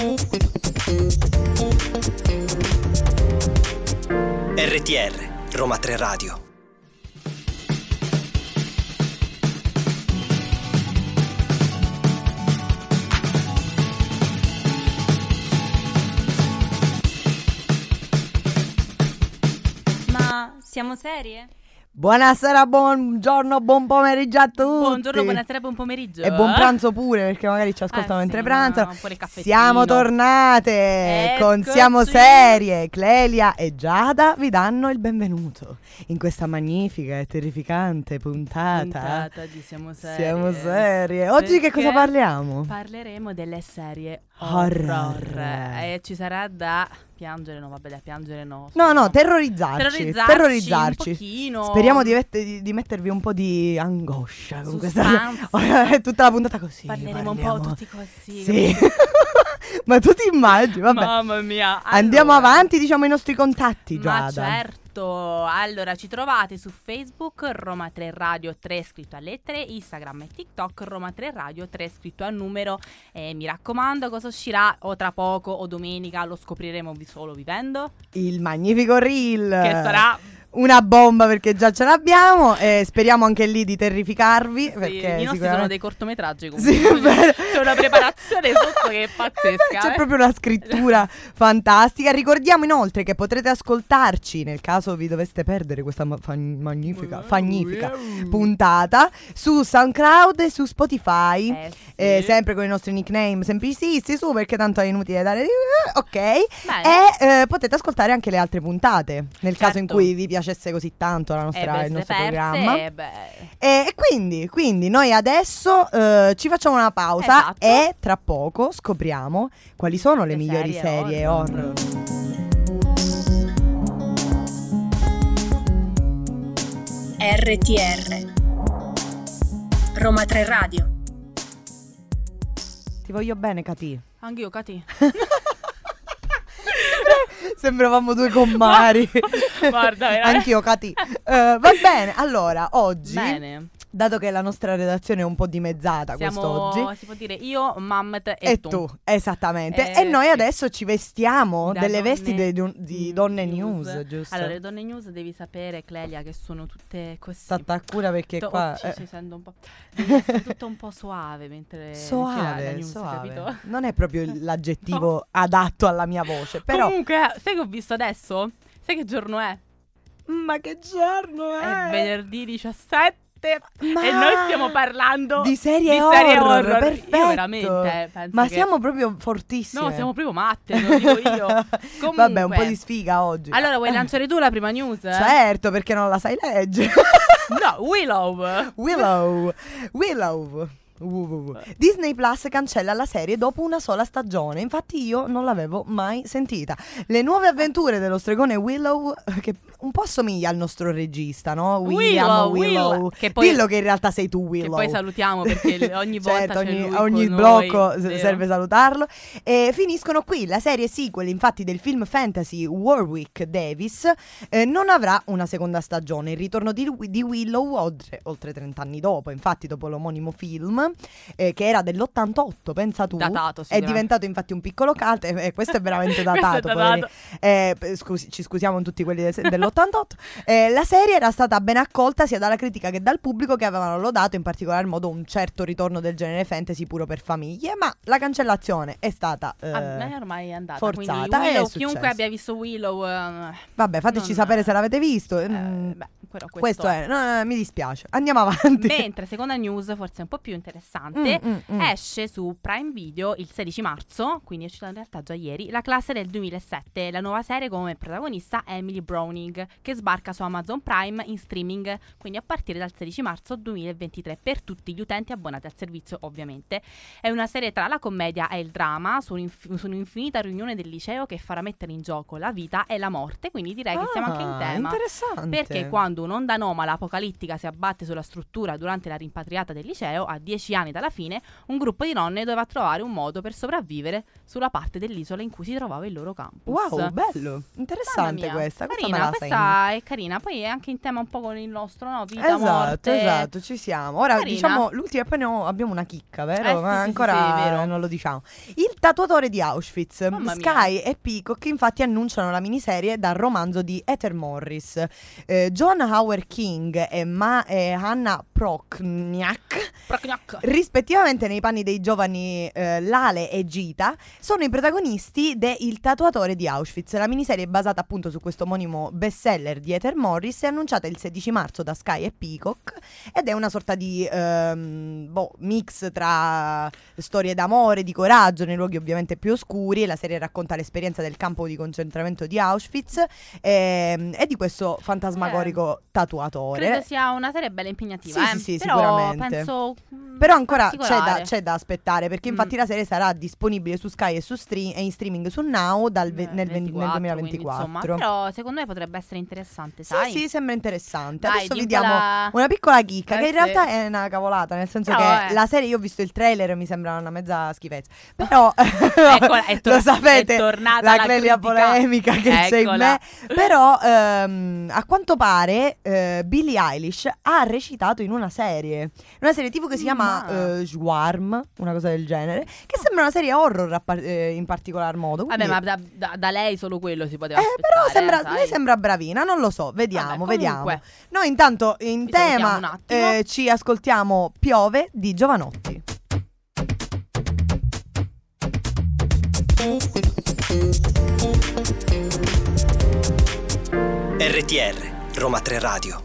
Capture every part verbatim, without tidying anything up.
R T R Roma tre Radio. Ma siamo serie? Buonasera, buongiorno, buon pomeriggio a tutti. Buongiorno, buonasera, buon pomeriggio. E buon pranzo pure, perché magari ci ascoltano Eh, mentre sì, pranzano. no, pure il caffettino. Siamo tornate con Eccoci. Siamo Serie. Clelia e Giada vi danno il benvenuto in questa magnifica e terrificante puntata. Puntata di Siamo Serie. Siamo Serie. Oggi che cosa Perché parliamo? Parleremo delle serie Horror. horror. E ci sarà da piangere, no, vabbè, da piangere no. No, no, terrorizzarci. Terrorizzarci, Terrorizzarci. un pochino. Speriamo di, mette- di- di mettervi un po' di angoscia con questa Suspense. tutta la puntata così. Parleremo un parliamo. po' tutti così. Sì. Ma tu ti immagini? Vabbè. Mamma mia. Andiamo Allora, avanti, diciamo i nostri contatti, Ma Giada. certo. Allora ci trovate su Facebook Roma tre Radio tre scritto a lettere, Instagram e TikTok Roma tre Radio tre scritto a numero. E mi raccomando, cosa uscirà o tra poco o domenica lo scopriremo vi- solo vivendo, Il magnifico reel. che sarà una bomba, perché già ce l'abbiamo e speriamo anche lì di terrificarvi, sì, perché i nostri sono sicuramente dei cortometraggi Sì, comunque. è vero. C'è una preparazione sotto che è pazzesca. C'è eh. proprio una scrittura fantastica. Ricordiamo inoltre che potrete ascoltarci, nel caso vi doveste perdere questa ma- fa- magnifica, magnifica puntata, su SoundCloud e su Spotify. Eh, sì. Eh, sempre con i nostri nickname semplicissimi, su, perché tanto è inutile dare. Ok. Bene. E eh, potete ascoltare anche le altre puntate, nel caso in Certo. cui vi piacesse così tanto la Eh, nostra, beh, il se nostro perse, programma. eh, beh. E, e quindi, quindi noi adesso eh, ci facciamo una pausa Esatto. e tra poco scopriamo quali sono le, Le migliori serie serie horror. horror. R T R Roma tre Radio. Ti voglio bene, Cati. Anch'io, Cati. Sembravamo due commari. Guarda, veramente. Anch'io, Cati. Eh, va bene, allora, oggi, Bene. dato che la nostra redazione è un po' dimezzata Siamo, quest'oggi, si può dire io, Mammet e, e tu, esattamente. Eh, e noi sì. adesso ci vestiamo Da delle donne vesti de- di, di donne news, giusto? Allora, le donne news devi sapere, Clelia, che sono tutte così. Stata a cura perché To- qua ci, eh, ci sento un po'. Devi essere tutto un po' soave mentre mentre la- la soave, news, soave. capito? Non è proprio l'aggettivo adatto alla mia voce, però Comunque, sai che ho visto adesso? Sai che giorno è? ma che giorno È è? venerdì diciassette. Ma- E noi stiamo parlando di serie di horror, serie horror. perfetto. Io veramente penso Ma che- siamo proprio fortissime. No, siamo proprio matte, lo dico io. Comunque, Vabbè, un po' di sfiga oggi. allora, vuoi lanciare tu la prima news? eh? Certo, perché non la sai leggere. No, Willow. Willow. Willow. Uh, Disney Plus cancella la serie dopo una sola stagione. Infatti io non l'avevo mai sentita. Le nuove avventure dello stregone Willow, che un po' assomiglia al nostro regista, no? William Willow, Willow. Willow. Che poi- Dillo che in realtà sei tu, Che Willow. poi salutiamo perché l- ogni volta Certo, c'è ogni, lui ogni con blocco noi, s- vero? serve salutarlo. E finiscono qui. La serie sequel, infatti, del film fantasy Warwick Davis eh, non avrà una seconda stagione. Il ritorno di, di Willow oltre, oltre trenta anni dopo, infatti, dopo l'omonimo film, eh, che era dell'ottantotto, pensa tu. Datato, È sicuramente. diventato infatti un piccolo cult e e questo è veramente Questo è datato. datato. poverini. Eh, p- scusi, ci scusiamo con tutti quelli del- dell'ottantotto. Eh, la serie era stata ben accolta sia dalla critica che dal pubblico, che avevano lodato in particolar modo un certo ritorno del genere fantasy puro per famiglie, ma la cancellazione è stata eh, A me è ormai andata. forzata, Quindi è Willow, successo. chiunque abbia visto Willow, eh, vabbè, fateci non- sapere se l'avete visto. eh, Mm, beh, però questo, questo è, no, no, mi dispiace. Andiamo avanti. Mentre seconda news, forse un po' più interessante, Mm, mm, mm. esce su Prime Video il sedici marzo, quindi è uscita in realtà già ieri, La classe del duemilasette, la nuova serie come protagonista Emily Browning, che sbarca su Amazon Prime in streaming, quindi a partire dal sedici marzo duemilaventitré per tutti gli utenti abbonati al servizio, ovviamente. È una serie tra la commedia e il dramma su, un'inf- su un'infinita riunione del liceo che farà mettere in gioco la vita e la morte, quindi direi che siamo anche in Ah, tema. interessante. Perché quando quando un'onda anomala apocalittica si abbatte sulla struttura durante la rimpatriata del liceo, a dieci anni dalla fine, un gruppo di nonne doveva trovare un modo per sopravvivere sulla parte dell'isola in cui si trovava il loro campus. Wow, bello, interessante questa. Questa, carina, me la questa segno. è carina. Poi è anche in tema un po' con il nostro, no? Vita, Esatto, morte. esatto, ci siamo. Ora Carina. diciamo l'ultima, poi no, abbiamo una chicca, vero? Eh, sì, Ma sì, ancora sì, sì, vero. non lo diciamo. Il tatuatore di Auschwitz, Mamma mia. Sky e Peacock infatti annunciano la miniserie dal romanzo di Heather Morris. Eh, John Howard King e, Ma- e Hannah Prochniak, Prochniak. rispettivamente nei panni dei giovani eh, Lale e Gita, sono i protagonisti de Il tatuatore di Auschwitz. La miniserie è basata appunto su questo omonimo bestseller di Heather Morris, è annunciata il sedici marzo da Sky e Peacock ed è una sorta di ehm, boh, mix tra storie d'amore, di coraggio nei luoghi ovviamente più oscuri. La serie racconta l'esperienza del campo di concentramento di Auschwitz ehm, e di questo fantasmagorico Eh, tatuatore. Credo sia una serie bella impegnativa. Sì, eh. sì, sì, Però sicuramente. penso. mm, Però ancora c'è da, particolare. c'è da aspettare, perché infatti Mm. la serie sarà disponibile su Sky e su stream, e in streaming su Now dal ve- Eh, nel, ven- nel ventiquattro, duemilaventiquattro. quindi, insomma, però secondo me potrebbe essere interessante, Sì, sai? sì, sembra interessante. Dai, Adesso di vi un po' diamo la- una piccola chicca, Eh, che in sì. realtà è una cavolata, nel senso Però, che eh. la serie, io ho visto il trailer e mi sembra una mezza schifezza. Però Eccola, è tor- lo sapete, è tornata la la clelia critica. polemica che c'è in Eccola. me. Però ehm, a quanto pare eh, Billie Eilish ha recitato in una serie, una serie tivù che si chiama Ma- eh, Swarm, una cosa del genere, che sembra una serie horror a par- eh, in particolar modo. Vabbè, quindi- ma da, da- da lei solo quello si poteva eh, aspettare. però sembra, sai? lei sembra bravina, non lo so, vediamo, Vabbè, vediamo. comunque, Noi intanto in vi salutiamo un tema attimo. eh, ci ascoltiamo Piove di Giovanotti. R T R, Roma tre Radio.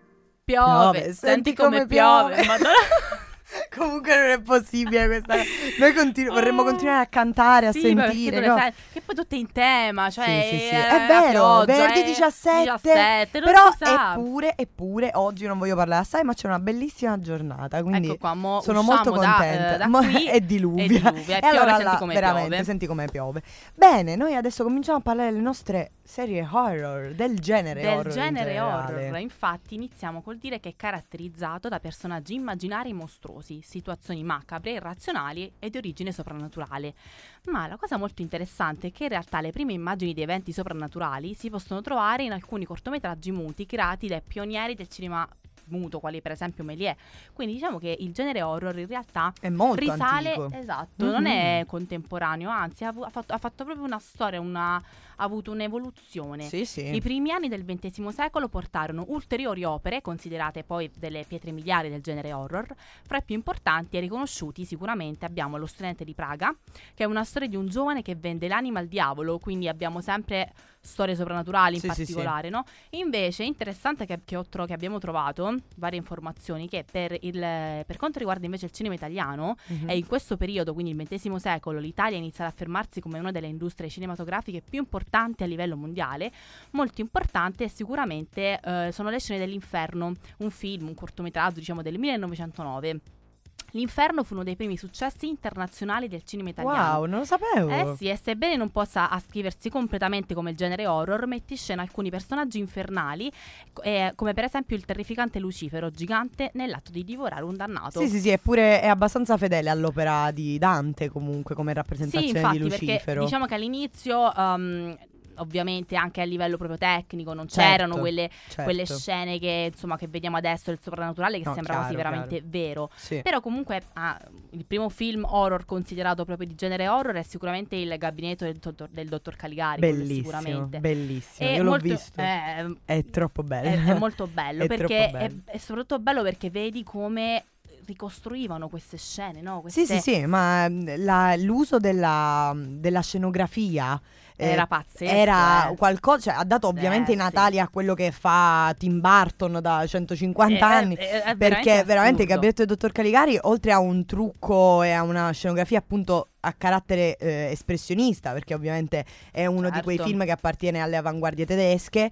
Piove, Piove, senti come piove. Madonna. Comunque non è possibile questa. Noi continu- vorremmo continuare a cantare, a Sì, ma perché sentire. tu le no? sai- che poi tutte in tema, cioè Sì, sì, sì. eh, È vero, pioggia, venerdì eh, diciassette, diciassette, non però si sa. eppure, eppure oggi non voglio parlare assai, ma c'è una bellissima giornata, quindi Ecco qua, mo sono usciamo molto da, contenta. eh, da Mo- qui e diluvia. e diluvia, e piove, allora senti là, come veramente, piove. senti come piove. Bene, noi adesso cominciamo a parlare delle nostre serie horror, del genere del horror in genere generale. horror. Infatti iniziamo col dire che è caratterizzato da personaggi immaginari mostruosi, situazioni macabre, irrazionali e di origine soprannaturale. Ma la cosa molto interessante è che in realtà le prime immagini di eventi soprannaturali si possono trovare in alcuni cortometraggi muti creati dai pionieri del cinema muto, quali per esempio Méliès. Quindi diciamo che il genere horror in realtà È molto risale, antico. esatto, Mhm. non è contemporaneo, anzi ha, avu- ha fatto, ha fatto proprio una storia, una, ha avuto un'evoluzione. Sì, sì. I primi anni del ventesimo secolo portarono ulteriori opere, considerate poi delle pietre miliari del genere horror. Fra i più importanti e riconosciuti sicuramente abbiamo Lo studente di Praga, che è una storia di un giovane che vende l'anima al diavolo, quindi abbiamo sempre storie soprannaturali in Sì, sì, particolare, no? Invece è interessante che, che, ho tro- che abbiamo trovato varie informazioni che per, il, per quanto riguarda invece il cinema italiano, Mhm. e in questo periodo, quindi il ventesimo secolo, l'Italia inizia ad affermarsi come una delle industrie cinematografiche più importanti a livello mondiale. Molto importante sicuramente eh, sono Le scene dell'inferno, un film, un cortometraggio diciamo del millenovecentonove. L'Inferno fu uno dei primi successi internazionali del cinema italiano. Wow, non lo sapevo. Eh sì, e sebbene non possa ascriversi completamente come il genere horror, mette in scena alcuni personaggi infernali, eh, come per esempio il terrificante Lucifero, gigante nell'atto di divorare un dannato. Sì, sì, sì, eppure è abbastanza fedele all'opera di Dante comunque come Sì, rappresentazione infatti, di perché Lucifero. diciamo che all'inizio, um, ovviamente anche a livello proprio tecnico, non Certo, c'erano quelle, certo. quelle scene che insomma che vediamo adesso del soprannaturale, che No, sembra quasi chiaro, veramente vero. Sì. Però comunque ah, il primo film horror considerato proprio di genere horror è sicuramente Il gabinetto del dottor, del dottor Caligari. quello Bellissimo, sicuramente. bellissimo. È Io l'ho molto- visto. eh, È troppo bello. è, è molto bello È perché troppo è, bello. è soprattutto bello perché vedi come ricostruivano queste scene, no? Queste Sì, sì, sì, ma mm, la- l'uso della, della scenografia eh, Era pazzesco, era eh. qualcosa, cioè, ha dato ovviamente Eh, i sì. natali a quello che fa Tim Burton da centocinquanta È- anni. è- è Perché veramente il assurdo. gabinetto del dottor Caligari, oltre a un trucco e a una scenografia appunto a carattere eh, espressionista, perché ovviamente è uno di quei Certo. film che appartiene alle avanguardie tedesche,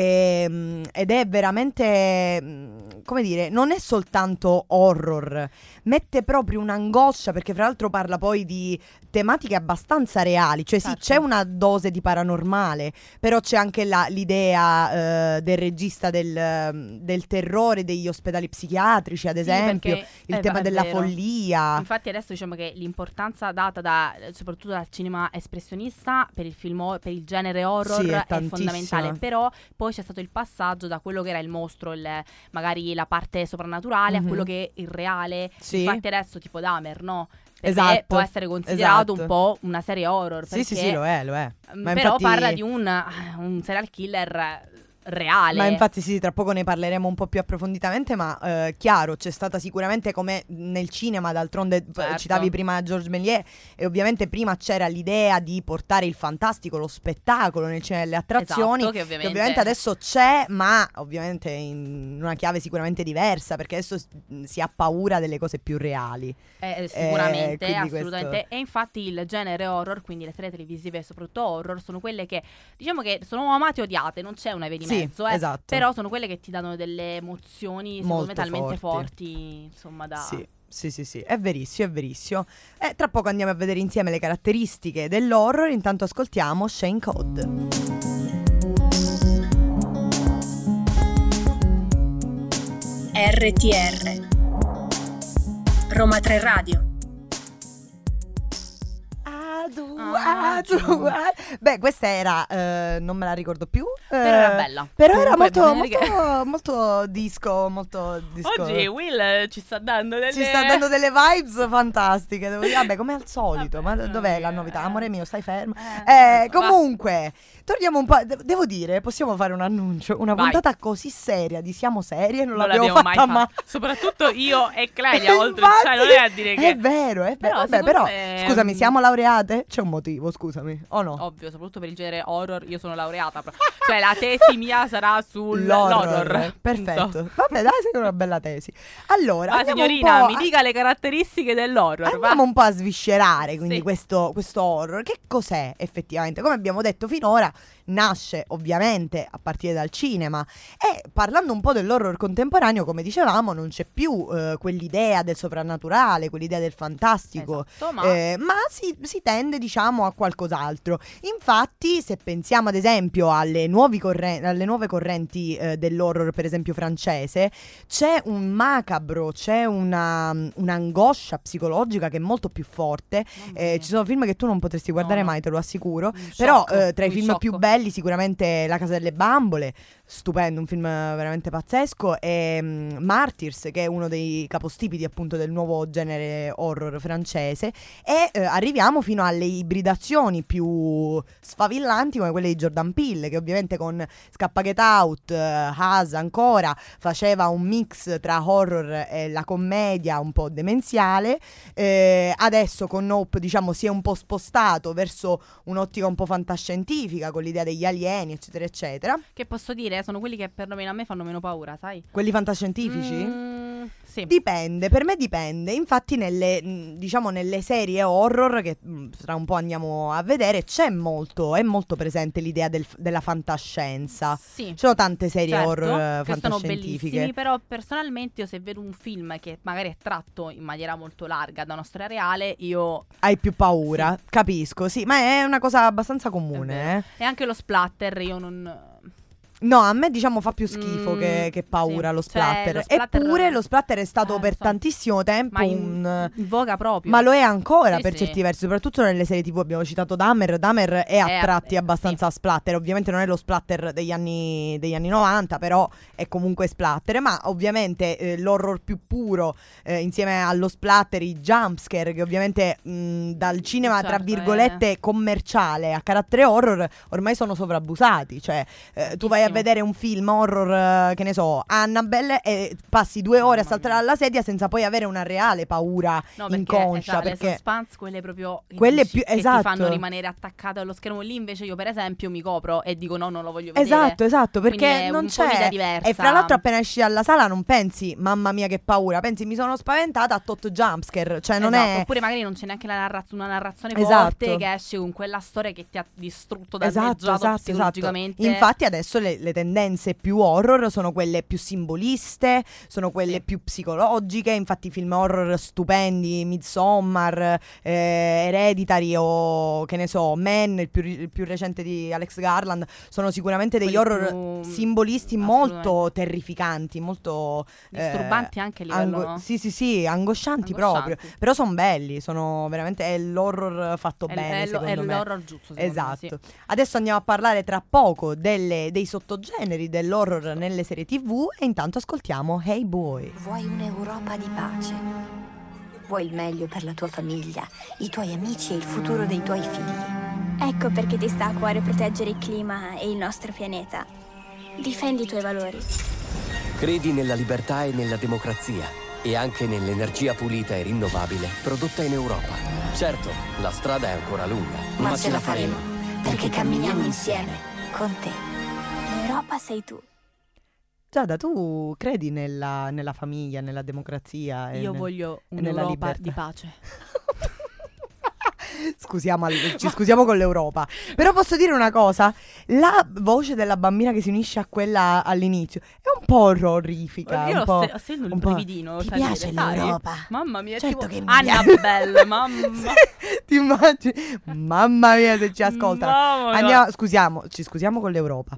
ehm, ed è veramente, mm, come dire, non è soltanto horror, mette proprio un'angoscia, perché fra l'altro parla poi di tematiche abbastanza reali, cioè sì, Certo. c'è una dose dose di paranormale, però c'è anche la, l'idea eh, del regista del, del terrore degli ospedali psichiatrici, ad Sì, esempio, perché il è- tema è della vero. follia. Infatti adesso diciamo che l'importanza data da soprattutto dal cinema espressionista per il film o- per il genere horror Sì, è è, tantissima. fondamentale, però poi c'è stato il passaggio da quello che era il mostro, il, magari la parte soprannaturale, Mhm. a quello che è il reale. Sì. Infatti adesso tipo Dahmer, no? Per Esatto, me può essere considerato esatto. un po' una serie horror, Sì, sì, perché, sì, lo è, lo è. mm, Ma però infatti- parla di un, un serial killer reale. Ma infatti sì, tra poco ne parleremo un po' più approfonditamente, ma eh, chiaro, c'è stata sicuramente come nel cinema, d'altronde p- Certo. citavi prima Georges Méliès, e ovviamente prima c'era l'idea di portare il fantastico, lo spettacolo nel cinema delle attrazioni, Esatto, che ovviamente- ovviamente adesso c'è, ma ovviamente in una chiave sicuramente diversa, perché adesso s- si ha paura delle cose più reali. Eh, sicuramente, quindi assolutamente. questo- E infatti il genere horror, quindi le serie televisive e soprattutto horror, sono quelle che diciamo che sono amate o odiate, non c'è una via di Sì, mezzo, eh. esatto. Però sono quelle che ti danno delle emozioni, secondo Molto me, talmente forti. forti, insomma, da... Sì. Sì, sì, sì, è verissimo, è verissimo. E tra poco andiamo a vedere insieme le caratteristiche dell'horror. Intanto ascoltiamo Shane Code. R T R Roma tre Radio. Adu, Ah, adu, giù. ah. Beh, questa era, eh, non me la ricordo più. Però eh, era bella. Però era Comunque, molto, bisogna dire molto, molto disco, molto disco. Oggi Will ci sta dando delle... Ci sta dando delle vibes fantastiche, devo dire. Vabbè, come al solito. Ma Vabbè, dov'è la eh. novità? Amore mio, stai fermo. Eh, Eh, comunque, torniamo un po'. de- Devo dire, possiamo fare un annuncio. Una Vai. puntata così seria di Siamo Serie non, Non l'abbiamo, l'abbiamo mai fatta fatta. Soprattutto io e Clelia, oltre, Infatti, cioè non è a dire che... È vero, è vero. Però, Vabbè, secondo però, me, scusami, mm, siamo laureate? C'è un motivo, scusami. O no? Ovvio, soprattutto per il genere horror, io sono laureata. però- Cioè la tesi mia sarà sull'horror. Perfetto. Punto. Vabbè, dai, sei una bella tesi. Allora, Ma andiamo un signorina, po' mi a- dica le caratteristiche dell'horror. va? Andiamo un po' a sviscerare quindi Sì. questo, questo horror. Che cos'è effettivamente? Come abbiamo detto finora, nasce ovviamente a partire dal cinema, e parlando un po' dell'horror contemporaneo, come dicevamo, non c'è più eh, quell'idea del soprannaturale, quell'idea del fantastico, Esatto, ma eh, ma si, si tende diciamo a qualcos'altro. Infatti, se pensiamo ad esempio alle, nuovi corren- alle nuove correnti eh, dell'horror, per esempio francese, c'è un macabro, c'è una, un'angoscia psicologica che è molto più forte. mamma Eh, mia. ci sono film che tu non potresti guardare No, no. mai, te lo assicuro. Un Però sciocco, eh, tra i un film sciocco. più belli sicuramente La Casa delle Bambole, stupendo, un film veramente pazzesco, e mm, Martyrs, che è uno dei capostipiti appunto del nuovo genere horror francese, e eh, arriviamo fino alle ibridazioni più sfavillanti come quelle di Jordan Peele, che ovviamente con Scappa Get Out, eh, Us ancora faceva un mix tra horror e la commedia un po' demenziale. Eh, adesso con Nope diciamo si è un po' spostato verso un'ottica un po' fantascientifica, con l'idea degli alieni eccetera eccetera. Che posso dire? Sono quelli che perlomeno a me fanno meno paura, sai? Quelli fantascientifici? Mm, sì. Dipende, per me dipende. Infatti nelle, mh, diciamo nelle serie horror che mh, tra un po' andiamo a vedere, c'è molto, è molto presente l'idea del- della fantascienza. Sì. Ci sono tante serie Certo, horror eh, che sono fantascientifiche. bellissimi, però personalmente io se vedo un film che magari è tratto in maniera molto larga da una storia reale, io... Hai più paura, capisco, sì, ma è una cosa abbastanza è comune, vero. eh. E anche lo splatter io non... No, a me diciamo fa più schifo Mm, che, che paura sì. lo Cioè, splatter. lo splatter- Eppure lo splatter è stato Eh, per lo so. tantissimo tempo Ma in, un... in voga proprio. Ma lo è ancora Sì, per sì. certi versi, soprattutto nelle serie tivù. Abbiamo citato Dahmer. Dahmer è a È- tratti eh, abbastanza splatter. Ovviamente non è lo splatter degli anni, degli anni novanta, però è comunque splatter. Ma ovviamente eh, l'horror più puro, eh, insieme allo splatter, i jumpscare, che ovviamente mh, dal cinema tra Certo, virgolette commerciale a carattere horror ormai sono sovrabusati. Cioè eh, tu vai a Tantissimo. vedere un film horror, eh, che ne so, Annabelle, e passi due ore a Mamma saltare mia. dalla sedia senza poi avere una reale paura No, perché, inconscia, esatto, perché le suspense, quelle proprio che Quelle dici- più- che esatto. ti fanno rimanere attaccate allo schermo. Lì invece io per esempio mi copro e dico no, non lo voglio vedere. esatto, esatto, Quindi perché è non un po' un'idea c'è. diversa. E fra l'altro appena esci dalla sala non pensi mamma mia che paura, pensi mi sono spaventata a tot jumpscare, cioè non Esatto, è oppure magari non c'è neanche la narraz- una narrazione Esatto. forte che esce con quella storia che ti ha distrutto, esatto, danneggiato esatto, esatto. psicologicamente. Infatti adesso le, le tendenze più horror sono quelle più simboliste, sono quelle Sì. più psicologiche. Infatti film horror stupendi, Midsommar, eh, Hereditary o che ne so, Man, il più, il più recente di Alex Garland, sono sicuramente degli Quelli horror più- simbolisti molto terrificanti, molto eh, Disturbanti anche a livello, ango- no? sì sì sì, angoscianti, proprio. Angoscianti. Però sono belli, sono veramente è l'horror fatto È, bene, è, lo- è secondo me. l'horror giusto, secondo Esatto. me, sì. Adesso andiamo a parlare tra poco delle- dei sottogeneri dell'horror nelle serie tivù e intanto ascoltiamo Hey Boy. Vuoi un'Europa di pace? Vuoi il meglio per la tua famiglia, i tuoi amici e il futuro dei tuoi figli? Ecco perché ti sta a cuore proteggere il clima e il nostro pianeta. Difendi i tuoi valori. Credi nella libertà e nella democrazia e anche nell'energia pulita e rinnovabile prodotta in Europa. Certo, la strada è ancora lunga, ma, Ma ce la faremo, perché camminiamo insieme, con te. L'Europa sei tu. Giada, tu credi nella, nella famiglia, nella democrazia? e Io nel- voglio e nella un'Europa libertà? di pace. Scusiamo, al- ci scusiamo con l'Europa. Però posso dire una cosa: la voce della bambina che si unisce a quella all'inizio è un po' orrorifica. Io un ho po', se- ho sentito un un po'. brividino. Ti salire, piace sai? l'Europa? Mamma mia, Certo tipo che mi Annabelle, mamma. Ti immagini? Mamma mia, se ci ascoltano. Mamma mia. Andiamo, scusiamo, ci scusiamo con l'Europa.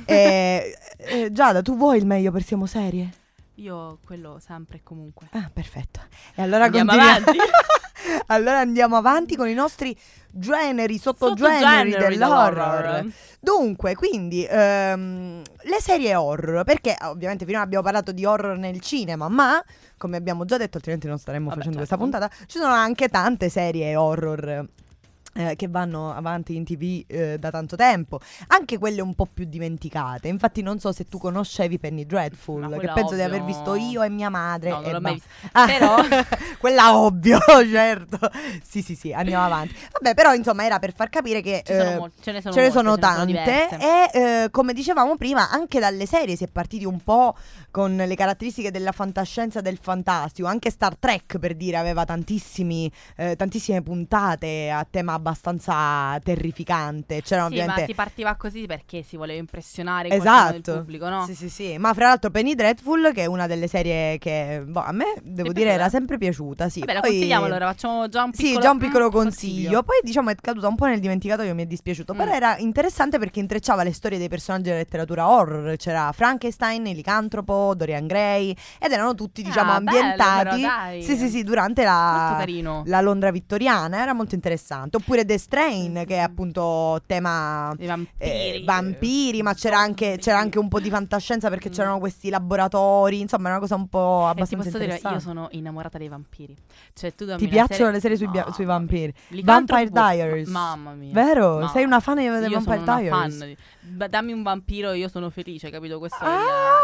Eh, eh, Giada, tu vuoi il meglio per Siamo Serie? Io quello sempre e comunque. Ah, perfetto. E allora Andiamo continuiamo. avanti. Allora andiamo avanti con i nostri generi, sottogeneri Sottogeneri dell'horror. dell'horror. Dunque, quindi ehm, le serie horror, perché ovviamente finora abbiamo parlato di horror nel cinema, ma come abbiamo già detto, altrimenti non staremmo Vabbè, facendo certo. questa puntata, ci sono anche tante serie horror eh, che vanno avanti in tv eh, da tanto tempo, anche quelle un po' più dimenticate. Infatti non so se tu conoscevi Penny Dreadful, Ma che quella penso di ovvio. aver visto io e mia madre. No, non e l'ho mai ba- vista. Ah, Però- quella ovvio, certo. Sì, sì, sì, andiamo avanti. Vabbè, però insomma era per far capire che Ci sono eh, mol- ce ne sono ce ne molte, sono ce ne sono tante diverse. e eh, come dicevamo prima anche dalle serie si è partiti un po' con le caratteristiche della fantascienza, del fantastico. Anche Star Trek, per dire, aveva tantissimi eh, tantissime puntate a tema abbastanza terrificante. C'erano Sì, ovviamente ma si partiva così perché si voleva impressionare qualcuno del esatto, pubblico, no? sì, sì, sì. Ma fra l'altro Penny Dreadful, che è una delle serie che boh, a me devo Ti è dire piaciuta? era sempre piaciuta. Sì, Vabbè, la poi- consigliamo allora, facciamo già un piccolo Sì, già un piccolo mm, consiglio. Poi diciamo è caduta un po' nel dimenticatoio, mi è dispiaciuto. Però Mm. era interessante perché intrecciava le storie dei personaggi della letteratura horror. C'era Frankenstein, il licantropo, Dorian Gray, ed erano tutti diciamo Ah, bello, ambientati però, dai. sì sì sì durante Molto la, carino. la Londra vittoriana. Era molto interessante. Oppure The Strain, che è appunto tema I vampiri. eh, vampiri, ma c'era anche, zombie. c'era anche un po' di fantascienza perché Mm. c'erano questi laboratori. Insomma, era una cosa un po' E ti abbastanza posso dire, interessante. io sono innamorata dei vampiri. Cioè, tu dammi Ti una piacciono serie- le serie sui, bia- Mamma sui mia. vampiri? Licantropo- Vampire Diaries. Ma- Mamma mia. Vero? No. Sei una fan dei Io Vampire sono una Diaries? fan di- Beh, dammi un vampiro e io sono felice, capito? Questo è il-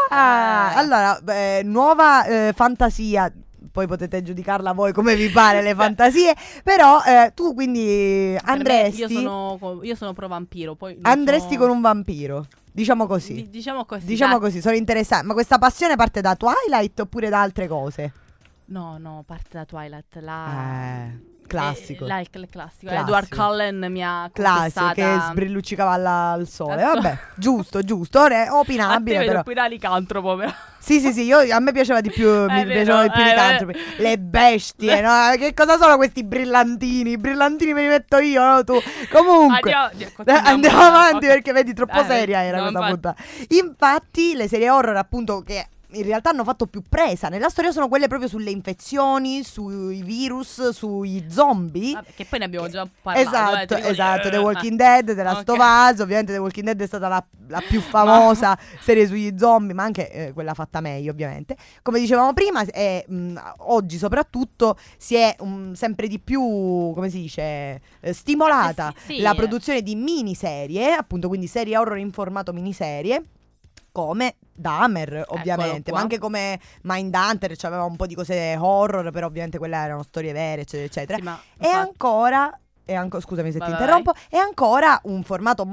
Ah, eh. allora, beh, nuova eh, fantasia. Poi potete giudicarla voi come vi pare le fantasie. Però eh, tu quindi Per me, andresti io sono co- io sono pro vampiro, poi non andresti so- con un vampiro. Diciamo così. Di- diciamo così. Diciamo dai. così, sono interessante. Ma questa passione parte da Twilight oppure da altre cose? No, no, parte da Twilight, la Eh, classico. eh, la- il cl- classico. Classico. Edward Cullen mi ha Classico, che conquistata. sbrilluccicava alla- al sole. Al sole. Vabbè, giusto, giusto. Ora è A te opinabile, vedo però. qui da licantropo, però. Sì, sì, sì, io, a me piaceva di più, mi vero, piacevano di più eh, i licantropi. Le bestie, no? Che cosa sono questi brillantini? I brillantini me li metto io, no? Tu. Comunque, Andiamo, di- eh, continuiamo. andiamo avanti Ok. perché vedi, troppo Eh, seria era no, questa infatti. puntata. Infatti, le serie horror, appunto, che in realtà hanno fatto più presa nella storia sono quelle proprio sulle infezioni, sui virus, sui zombie. Vabbè, che poi ne abbiamo già parlato. Esatto, eh, ti dico esatto, di- The eh, Walking Dead, The Last ok. of Us. Ovviamente The Walking Dead è stata la, la più famosa serie sugli zombie, ma anche eh, quella fatta meglio, ovviamente. Come dicevamo prima, è, mh, oggi soprattutto si è um, sempre di più, come si dice, eh, stimolata Eh sì, sì, la eh. produzione di miniserie, appunto, quindi serie horror in formato miniserie. Come Dahmer, ovviamente, qua. ma anche come Mindhunter, cioè aveva un po' di cose horror, però ovviamente quelle erano storie vere, eccetera, eccetera. Sì, ma E infatti- ancora, e anco- scusami se Vai, ti vai, interrompo, è ancora un formato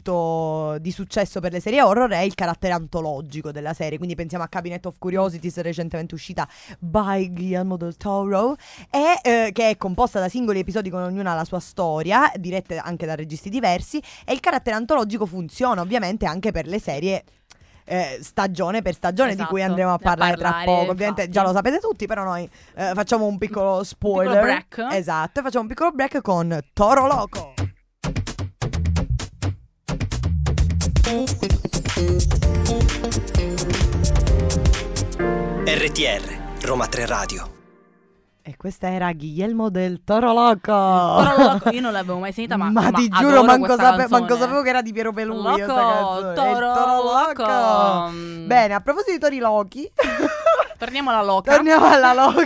molto di successo per le serie horror, è il carattere antologico della serie, quindi pensiamo a Cabinet of Curiosities, recentemente uscita by Guillermo del Toro, e, eh, che è composta da singoli episodi con ognuna la sua storia, dirette anche da registi diversi, e il carattere antologico funziona ovviamente anche per le serie eh, stagione per stagione, Esatto, di cui andremo a ne a parlare, parlare, tra poco. Ovviamente infatti. già lo sapete tutti, però noi eh, facciamo un piccolo spoiler. Un piccolo break. Esatto, facciamo un piccolo break con Toro Loco. R T R, Roma tre Radio. E questa era Guillermo del Toro Loco. Toro Loco, io non l'avevo mai sentita, ma, Ma ma ti adoro giuro, manco, questa sape- canzone. manco sapevo che era di Piero Pelù. Loco, questa canzone. Toro Il Toro Loco. Loco. Bene, a proposito di Tori Lochi, Torniamo alla Loca. torniamo alla Loca.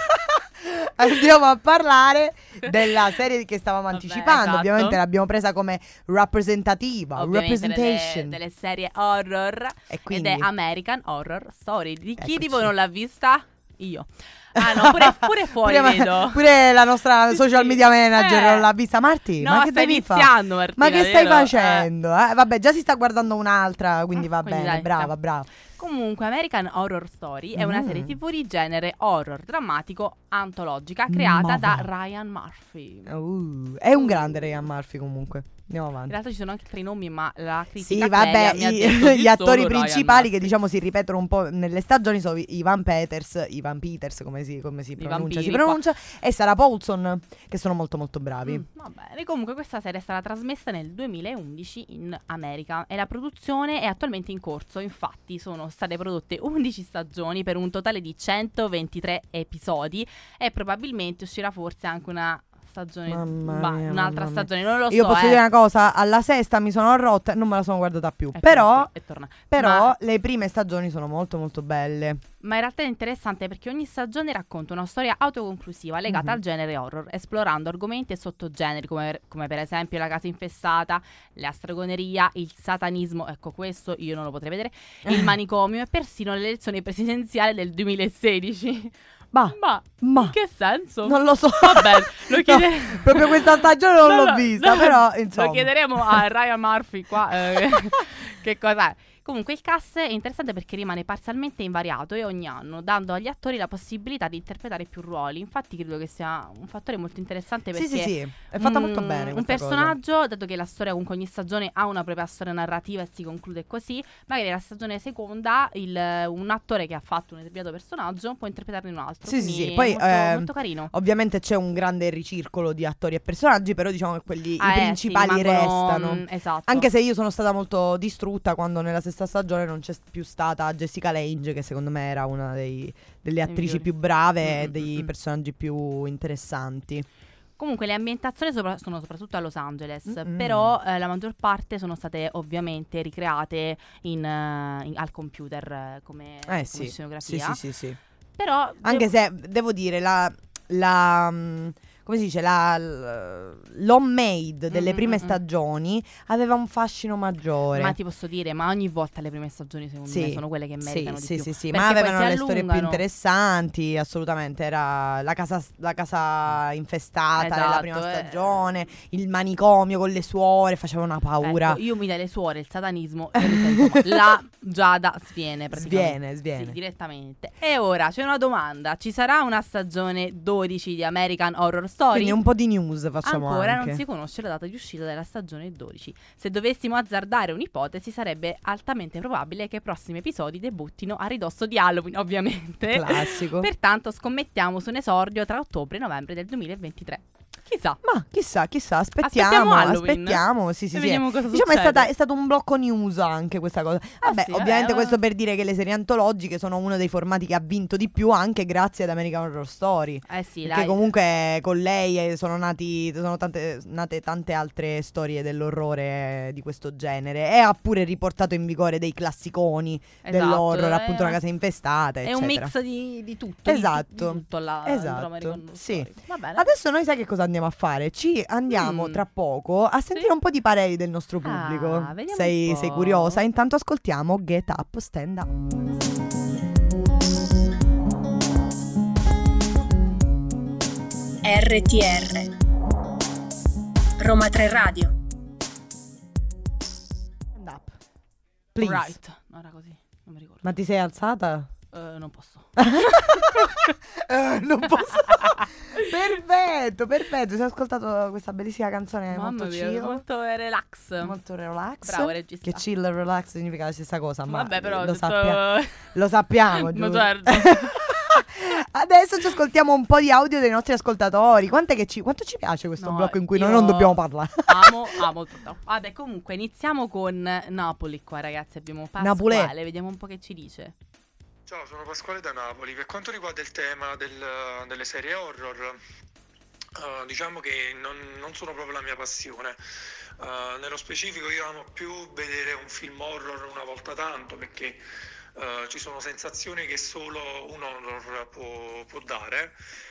Andiamo a parlare della serie che stavamo Vabbè, anticipando. esatto. Ovviamente l'abbiamo presa come rappresentativa, Ovviamente delle, representation. delle serie horror. E quindi Ed è American Horror Story. Di chi Eccoci. di voi non l'ha vista? Io. Ah no, pure, pure fuori pure, vedo. pure la nostra Sì, social sì. media manager Eh. non l'ha vista. Marti, No, ma che stai devi fare? iniziando, Martina, Ma che stai vero? facendo? Eh, vabbè, già si sta guardando un'altra, quindi Ah, va quindi bene, dai, brava, stiamo- brava. Comunque, American Horror Story è una Mm. serie tivù di genere horror drammatico antologica creata Ma da va. Ryan Murphy. Uh, è un grande Ryan Murphy comunque. Andiamo In avanti. realtà ci sono anche tre nomi, ma la Sì, critica vabbè, Clelia mi ha i- detto di gli attori solo Ryan principali Murphy. che diciamo si ripetono un po' nelle stagioni sono Ivan Peters, Ivan Peters come si, come si I pronuncia, si vampiri, pronuncia e Sarah Paulson, che sono molto molto bravi. Mm, va bene, comunque questa serie è stata trasmessa nel duemilaundici in America e la produzione è attualmente in corso. Infatti sono state prodotte undici stagioni per un totale di centoventitré episodi e probabilmente uscirà forse anche una stagione, Mamma bah, mia, un'altra mamma mia. stagione, non lo Io so. posso eh. dire una cosa, alla sesta mi sono rotta e non me la sono guardata più. Ecco, Però, è torna- però Ma, le prime stagioni sono molto molto belle. ma in realtà è interessante perché ogni stagione racconta una storia autoconclusiva legata Mhm. al genere horror, esplorando argomenti e sottogeneri come, come per esempio la casa infestata, la stregoneria, il satanismo, ecco questo io non lo potrei vedere, il manicomio e persino le elezioni presidenziali del duemilasedici. Ma, Ma ma in che senso? non lo so. Vabbè, lo No, chiede- proprio questa stagione non No, l'ho no, vista, no, però insomma. Lo chiederemo a Ryan Murphy qua eh, che cos'è. Comunque il cast è interessante perché rimane parzialmente invariato e ogni anno, dando agli attori la possibilità di interpretare più ruoli. Infatti credo che sia un fattore molto interessante perché Sì, sì, sì, è fatta un- molto bene Un questa personaggio, dato che la storia comunque ogni stagione ha una propria storia narrativa e si conclude così, magari la stagione seconda il, un attore che ha fatto un determinato personaggio può interpretarne un altro. Sì, sì, Quindi sì. è Poi, molto, ehm, molto carino. Ovviamente c'è un grande ricircolo di attori e personaggi, però diciamo che quelli Ah, i eh, principali sì, rimangono, restano. mm, esatto. Anche se io sono stata molto distrutta quando nella sesta stagione non c'è più stata Jessica Lange, che secondo me era una dei- delle attrici migliori. più brave Mm, e mm, dei mm. personaggi più interessanti. Comunque le ambientazioni sopra- sono soprattutto a Los Angeles, Mm-mm. però eh, la maggior parte sono state ovviamente ricreate in, eh, in- al computer eh, come, Eh come sì, sì, scenografia. sì, sì, sì. Però Anche devo- se devo dire la, la mm, come si dice, la, l- l'homemade delle Mm, prime mm, mm. stagioni aveva un fascino maggiore. Ma ti posso dire, ma ogni volta le prime stagioni secondo Sì, me sono quelle che meritano sì, di sì, più. sì, sì, Perché ma poi avevano si le storie più allungano. interessanti, assolutamente. Era la casa, la casa infestata nella Esatto, prima eh. stagione, il manicomio con le suore, faceva una paura. Ecco, io mi dai le suore, il satanismo, io mi sento male. La Giada sviene praticamente. Sviene, sviene. Sì, direttamente. E ora c'è una domanda, ci sarà una stagione dodici di American Horror Story? Quindi un po' di news facciamo Ancora anche. non si conosce la data di uscita della stagione dodici. Se dovessimo azzardare un'ipotesi, sarebbe altamente probabile che i prossimi episodi debuttino a ridosso di Halloween, ovviamente. Classico. Pertanto scommettiamo su un esordio tra ottobre e novembre del duemilaventitré. Chissà. Ma chissà, chissà, Aspettiamo aspettiamo, Halloween. aspettiamo, sì, sì, E sì. vediamo cosa Diciamo è, succede. stata, è stato un blocco news anche questa cosa. Ah, Vabbè, sì, ovviamente vabbè, questo ma- per dire che le serie antologiche sono uno dei formati che ha vinto di più anche grazie ad American Horror Story. Eh sì, Perché dai. comunque con lei eh, sono nati sono tante, nate tante altre storie dell'orrore eh, di questo genere e ha pure riportato in vigore dei classiconi Esatto, dell'horror, eh, appunto una casa infestata, È eccetera. un mix di, di tutto. di- Esatto. Di, tutto là. Esatto, dentro American Horror sì. Story. Va bene. Adesso noi sai che cosa andiamo a fare? Ci andiamo Mm. tra poco a sentire Sì? un po' di pareri del nostro Ah, pubblico. vediamo sei, un po'. sei curiosa? Intanto ascoltiamo Get Up, Stand Up. R T R Roma tre Radio. Stand up. Please. Right. No, era così. Non mi ricordo. Ma ti sei alzata? Uh, non posso. eh, non posso. Perfetto, perfetto. Si è ascoltato questa bellissima canzone. Mamma molto mia, chill, molto relax. molto relax. Bravo regista. Che chill e relax significa la stessa cosa. Ma Vabbè, però lo, ho detto- sappia- lo sappiamo, Ma giusto? certo. Adesso ci ascoltiamo un po' di audio dei nostri ascoltatori. Quant'è che ci, quanto ci piace questo No, blocco in cui noi io non dobbiamo parlare? Amo, amo tutto. Vabbè, comunque iniziamo con Napoli qua, ragazzi. Abbiamo Pasquale, Napoli. vediamo un po' che ci dice. Ciao, sono Pasquale da Napoli. Per quanto riguarda il tema del- delle serie horror, eh, diciamo che non, non sono proprio la mia passione. Eh, nello specifico io amo più vedere un film horror una volta tanto, perché eh, ci sono sensazioni che solo un horror può, può dare,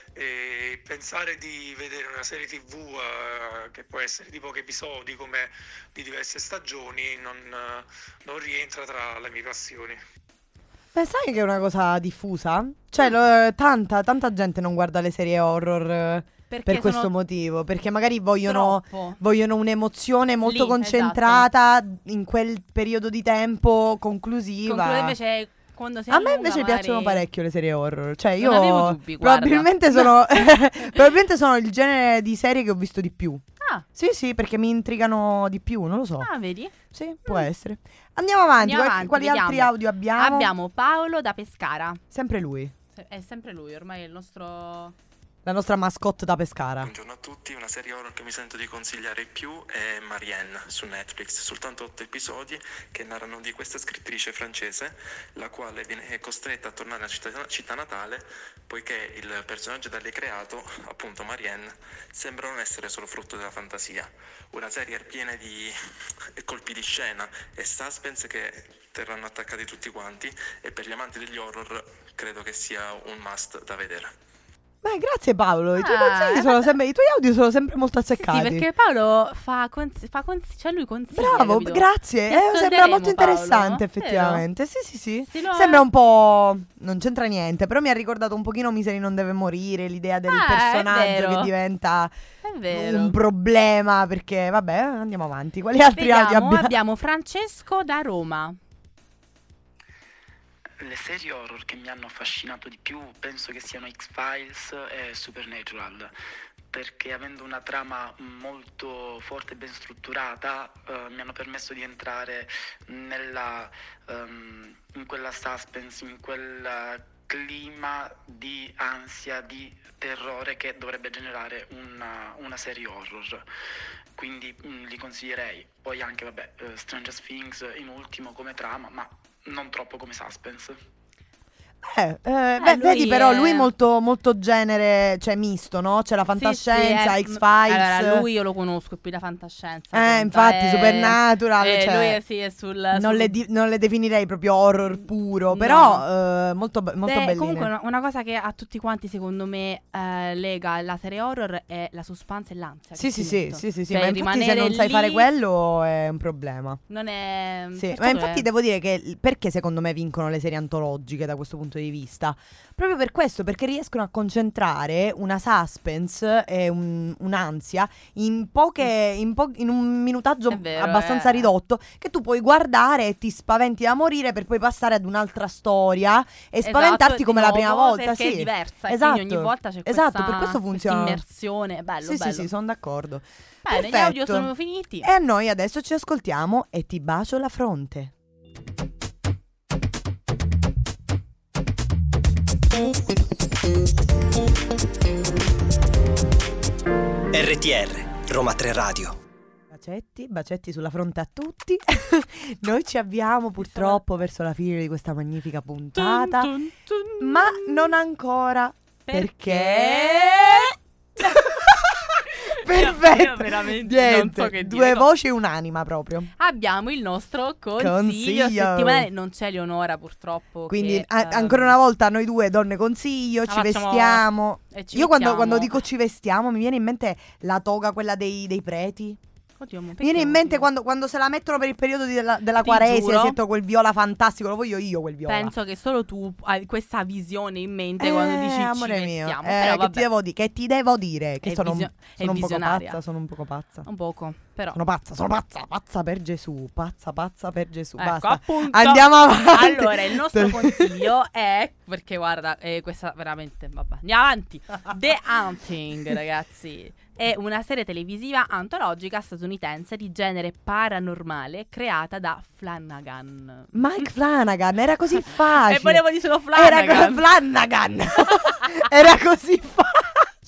e pensare di vedere una serie tv eh, che può essere di pochi episodi come di diverse stagioni non, eh, non rientra tra le mie passioni. Beh, sai che è una cosa diffusa? Cioè, lo- tanta, tanta gente non guarda le serie horror eh, Perché per questo sono motivo. Perché magari vogliono, troppo. vogliono un'emozione molto Lì, concentrata in quel periodo di tempo conclusiva. Conclude invece quando si A me allunga, invece magari- piacciono parecchio le serie horror. Cioè, io Non avevo dubbi, guarda. probabilmente sono probabilmente sono il genere di serie che ho visto di più. Ah, Sì, sì, perché mi intrigano di più, non lo so. ah, vedi? Sì, può essere. Andiamo avanti. Andiamo quali avanti, quali altri vediamo. audio abbiamo? Abbiamo Paolo da Pescara. Sempre lui, Se- È sempre lui, ormai è il nostro... la nostra mascotte da Pescara. Buongiorno a tutti, una serie horror che mi sento di consigliare più è Marianne su Netflix, soltanto otto episodi che narrano di questa scrittrice francese, la quale viene è costretta a tornare alla città, città natale, poiché il personaggio da lei creato, appunto Marianne, sembra non essere solo frutto della fantasia. Una serie piena di colpi di scena e suspense che terranno attaccati tutti quanti, e per gli amanti degli horror credo che sia un must da vedere. Beh, grazie Paolo. I tuoi, Ah, consigli eh, sono ma- sempre, I tuoi audio sono sempre molto Sì, sì, azzeccati. perché Paolo fa, consi- fa consi- cioè lui consiglia, Bravo, capito? grazie. Ti Eh, sembra ascolteremo, molto interessante, Paolo. effettivamente. Sì, sì, sì. Sì, lo è. Sembra un po'. Non c'entra niente, però mi ha ricordato un pochino Misery non deve morire. L'idea del Ah, è personaggio vero. che diventa È vero. un problema. Perché, vabbè, andiamo avanti. Quali altri audio Vediamo, abbiamo? abbiamo Francesco da Roma. Le serie horror che mi hanno affascinato di più penso che siano X-Files e Supernatural, perché avendo una trama molto forte e ben strutturata eh, mi hanno permesso di entrare nella, ehm, in quella suspense, in quel clima di ansia, di terrore che dovrebbe generare una, una serie horror. Quindi mh, li consiglierei. Poi anche, vabbè, eh, Stranger Things in ultimo come trama, ma non troppo come suspense. Eh, eh, beh, lui vedi però è- lui molto, molto genere, cioè misto, no? C'è la fantascienza, Sì, sì, è- X-Files. Allora, lui io lo conosco, è più da fantascienza. Eh, conta, infatti, è- Supernatural, eh, cioè, lui è, sì, è sul... non, sul- le di- non le definirei proprio horror puro, No. però eh, molto, be- molto Beh, belline. comunque una, una cosa che a tutti quanti secondo me eh, lega la serie horror è la suspense e l'ansia. Sì, che sì, ti sì, metto. sì, sì, sì, Cioè, ma infatti se rimanere non sai fare lì quello è un problema. non è... Sì, perciò ma infatti è- devo dire che l- perché secondo me vincono le serie antologiche da questo punto di vista? Proprio per questo, perché riescono a concentrare una suspense e un- un'ansia in poche in, po- in un minutaggio È vero, abbastanza eh. ridotto, che tu puoi guardare e ti spaventi da morire per poi passare ad un'altra storia e Esatto, spaventarti di come la prima nuovo, volta. perché Sì, è diversa, e esatto. quindi ogni volta c'è Esatto, questa, per questo funziona. questa immersione. Bello, Sì, bello. sì, sì, sono d'accordo. Bene, gli Perfetto. audio sono finiti. E a noi adesso ci ascoltiamo E ti bacio la fronte. R T R, Roma tre Radio. Bacetti, bacetti sulla fronte a tutti. Noi ci avviamo purtroppo verso la fine di questa magnifica puntata, Tun, tun, tun. ma non ancora. Perché? Perfetto. Io veramente non Niente, so che dire. due No. voci e un'anima proprio. Abbiamo il nostro consiglio, Consiglio. settimanale. Non c'è Leonora purtroppo. Quindi che, a- ehm, ancora una volta noi due donne consiglio, la ci facciamo- vestiamo. e ci Io quando, mettiamo- quando dico ci vestiamo mi viene in mente la toga, quella dei, dei preti. Oddio, ma Mi viene in mente quando, quando se la mettono per il periodo di- della, della Ti Quaresima, giuro. sento quel viola fantastico, lo voglio io quel viola. Penso che solo tu hai questa visione in mente Eh, quando dici amore ci mio, mettiamo. eh, Però che, vabbè, ti devo di- che ti devo dire? Che È sono, visio- è sono un poco visionaria. pazza, sono un poco pazza. un poco, però. Sono pazza, sono pazza, pazza per Gesù, pazza, pazza per Gesù. Ecco, Basta. appunto. Andiamo avanti. Allora, il nostro consiglio è, perché guarda, eh, questa veramente, vabbè, andiamo avanti. The Hunting, ragazzi, è una serie televisiva antologica statunitense di genere paranormale creata da Flanagan. Mike Flanagan, era così facile. E volevo dire solo Era Flanagan. co- Flanagan. Era così facile.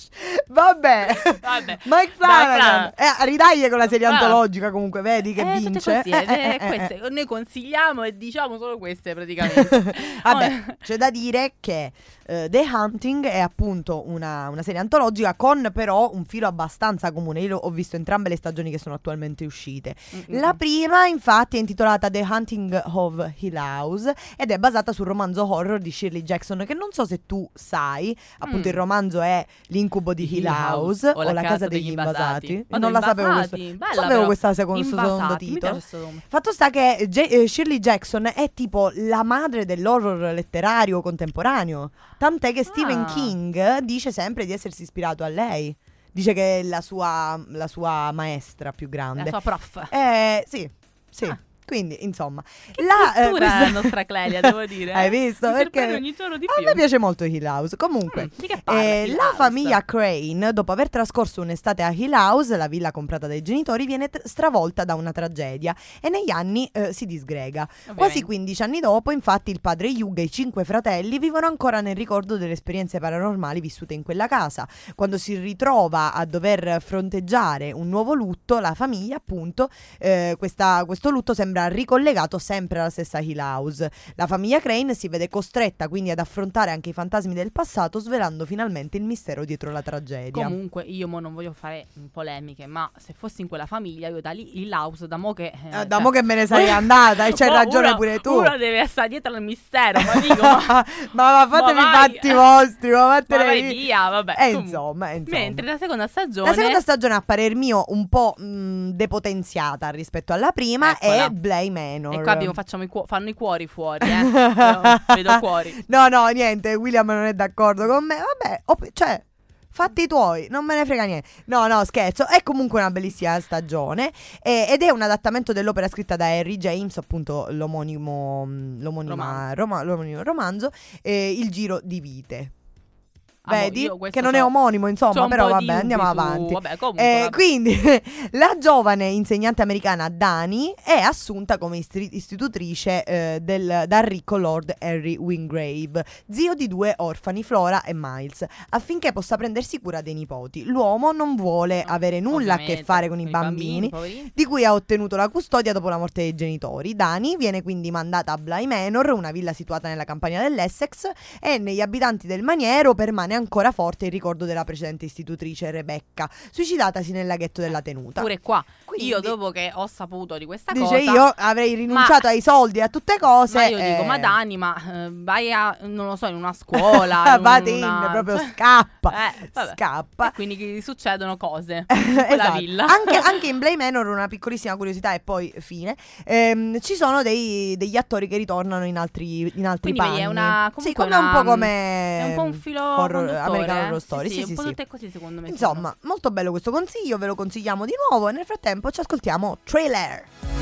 Vabbè. Vabbè. Mike Dai, Flanagan. Eh, ridaglie con la serie Flanagan. antologica comunque, vedi che Eh, tutte vince. così, Eh, eh, eh, eh, queste, eh. noi consigliamo e diciamo solo queste praticamente. Vabbè, c'è da dire che eh, The Hunting è appunto una, una serie antologica con però un filo abbastanza comune. Io ho visto entrambe le stagioni che sono attualmente uscite. Mm-mm. La prima infatti è intitolata The Hunting of Hill House ed è basata sul romanzo horror di Shirley Jackson, che non so se tu sai, appunto Mm. il romanzo è L'incubo di Hill House o La casa degli invasati. Vado, Non la sapevo questo, invasati. non Bella, sapevo però. questa secondo, questo secondo Invasati, mi titolo. piace sto nome. Fatto sta che J- eh, Shirley Jackson è tipo la madre dell'horror letterario contemporaneo. Tant'è che Stephen Ah. King dice sempre di essersi ispirato a lei. Dice che è la sua, la sua maestra più grande. La sua prof. Eh, sì, sì. Ah. Quindi, insomma, Che la, eh, cultura questa- la nostra Clelia, devo dire. Hai eh. visto? Mi Perché sorprende ogni giorno di a più. me piace molto Hill House. Comunque, Mm, di che parla eh, Hill la House? famiglia Crane, dopo aver trascorso un'estate a Hill House, la villa comprata dai genitori, viene t- stravolta da una tragedia e negli anni eh, si disgrega. Ovviamente. Quasi quindici anni dopo, infatti, il padre Hugh e i cinque fratelli vivono ancora nel ricordo delle esperienze paranormali vissute in quella casa. Quando si ritrova a dover fronteggiare un nuovo lutto, la famiglia, appunto, eh, questa- questo lutto sembra ricollegato sempre alla stessa Hill House. La famiglia Crane si vede costretta quindi ad affrontare anche i fantasmi del passato, svelando finalmente il mistero dietro la tragedia. Comunque, io mo non voglio fare mm, polemiche, ma se fossi in quella famiglia, io da lì il house, da mo che. eh, Eh, da cioè- mo che me ne sei andata e c'hai Mo ragione uno- pure tu. Uno deve stare dietro al mistero, ma dico, ma, ma, ma fatevi i Ma vai. fatti vostri, ma ma vattene vai via. via, vabbè. Eh, comunque. insomma, eh, insomma. Mentre la seconda stagione. La seconda stagione, a parer mio, un po' mh, depotenziata rispetto alla prima, Eccola. è Bly Manor. E qua abbiamo, facciamo i cuo- fanno i cuori fuori, eh. Io vedo cuori. No, no, niente, William non è d'accordo con me. Vabbè, op- cioè, fatti i tuoi, non me ne frega niente. No, no, scherzo. È comunque una bellissima stagione eh, ed è un adattamento dell'opera scritta da Henry James, appunto l'omonimo, mh, l'omonima, Romanzo. roma- l'omonimo romanzo, eh, Il giro di vite. Ah, boh, Vedi? io questo Che non c'ho- è omonimo, insomma, c'ho un però po' di vabbè, andiamo dubbi su- avanti. vabbè, comunque, Eh, vabbè. quindi la giovane insegnante americana Dani è assunta come istri- istitutrice eh, del, dal ricco Lord Henry Wingrave, zio di due orfani, Flora e Miles, affinché possa prendersi cura dei nipoti. L'uomo non vuole No, avere nulla a che ovviamente, fare con i con bambini, poverini. di cui ha ottenuto la custodia dopo la morte dei genitori. Dani viene quindi mandata a Bly Manor, una villa situata nella campagna dell'Essex, e negli abitanti del maniero permane ancora forte il ricordo della precedente istitutrice Rebecca, suicidatasi nel laghetto della tenuta. Pure qua. Quindi, Io dopo che ho saputo di questa dice, cosa, io avrei rinunciato ma- ai soldi e a tutte cose. ma io dico, eh, ma Dani, ma eh, vai a, non lo so, in una scuola, in Vate in, una- proprio cioè, scappa, eh, vabbè. scappa. E quindi che succedono cose in quella Esatto. villa. Anche, anche in Bly Manor, una piccolissima curiosità e poi fine, ehm, ci sono dei, degli attori che ritornano in altri, in altri Quindi panni. vedi, è una sì, comunque come un una- po' come è un po' un filo horror, conduttore, American eh? Horror Story. Sì, Sì, sì, sì, un po' sì. tutte così secondo me. Insomma, molto bello questo consiglio, ve lo consigliamo di nuovo e nel frattempo ci ascoltiamo Trailer.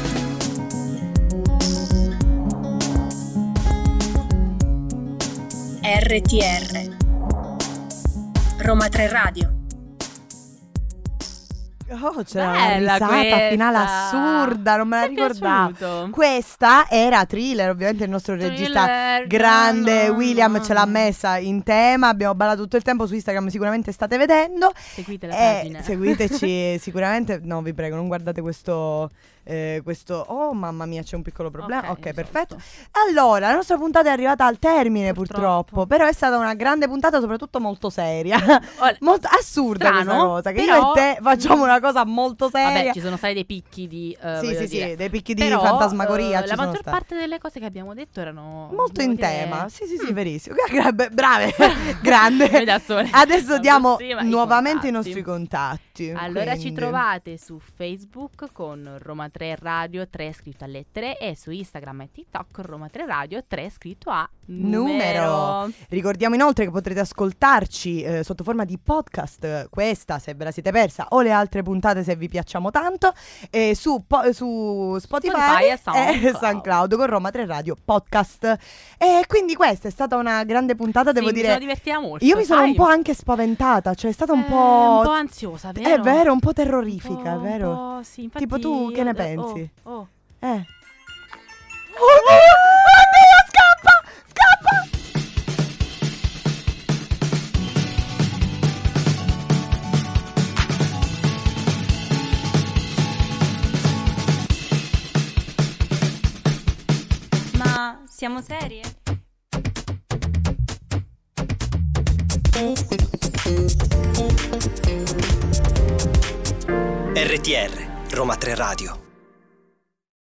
R T R Roma tre Radio. Oh, c'era Bella una risata questa. finale assurda, non me la Mi è ricordavo. piaciuto. Questa era Thriller, ovviamente il nostro regista Thriller, grande, no, William no. ce l'ha messa in tema, abbiamo ballato tutto il tempo su Instagram, sicuramente state vedendo. Seguite la Eh, pagina. seguiteci sicuramente, no vi prego non guardate questo, eh, questo, oh mamma mia c'è un piccolo problema, ok, Ok, perfetto. esatto. Allora, la nostra puntata è arrivata al termine Purtroppo. purtroppo, però è stata una grande puntata, soprattutto molto seria. Ora, Molto assurda strano, questa cosa, che però- io e te facciamo una una cosa molto seria. Vabbè, ci sono stati dei picchi di uh, Sì, sì, dire. sì, dei picchi di Però, fantasmagoria. uh, ci la sono maggior stati. parte delle cose che abbiamo detto erano molto in dire... tema. Sì, sì, sì, verissimo. Brave, grande. Noi da sole. Adesso diamo Prima i nuovamente i, contatti. nostri contatti. Allora quindi. ci trovate su Facebook con Roma tre Radio tre scritto a lettere e su Instagram e TikTok Roma tre Radio tre scritto a numero. Numero. Ricordiamo inoltre che potrete ascoltarci eh, sotto forma di podcast, eh, questa se ve la siete persa o le altre puntate se vi piacciamo tanto, eh, su, po- su Spotify, Spotify e SoundCloud. e SoundCloud con Roma tre Radio Podcast. E quindi questa è stata una grande puntata, devo sì, dire. mi sono divertita molto. Io mi sono sai? un po' anche spaventata, cioè è stata un Eh, po'... un po' ansiosa, vero? È vero, un po' terrorifica, Un po', è vero. un po', sì, infatti Tipo tu che ne io- pensi? Oh, oh. Eh. Oddio! Oddio, scappa! Scappa! Ma siamo serie? R T R Roma tre Radio.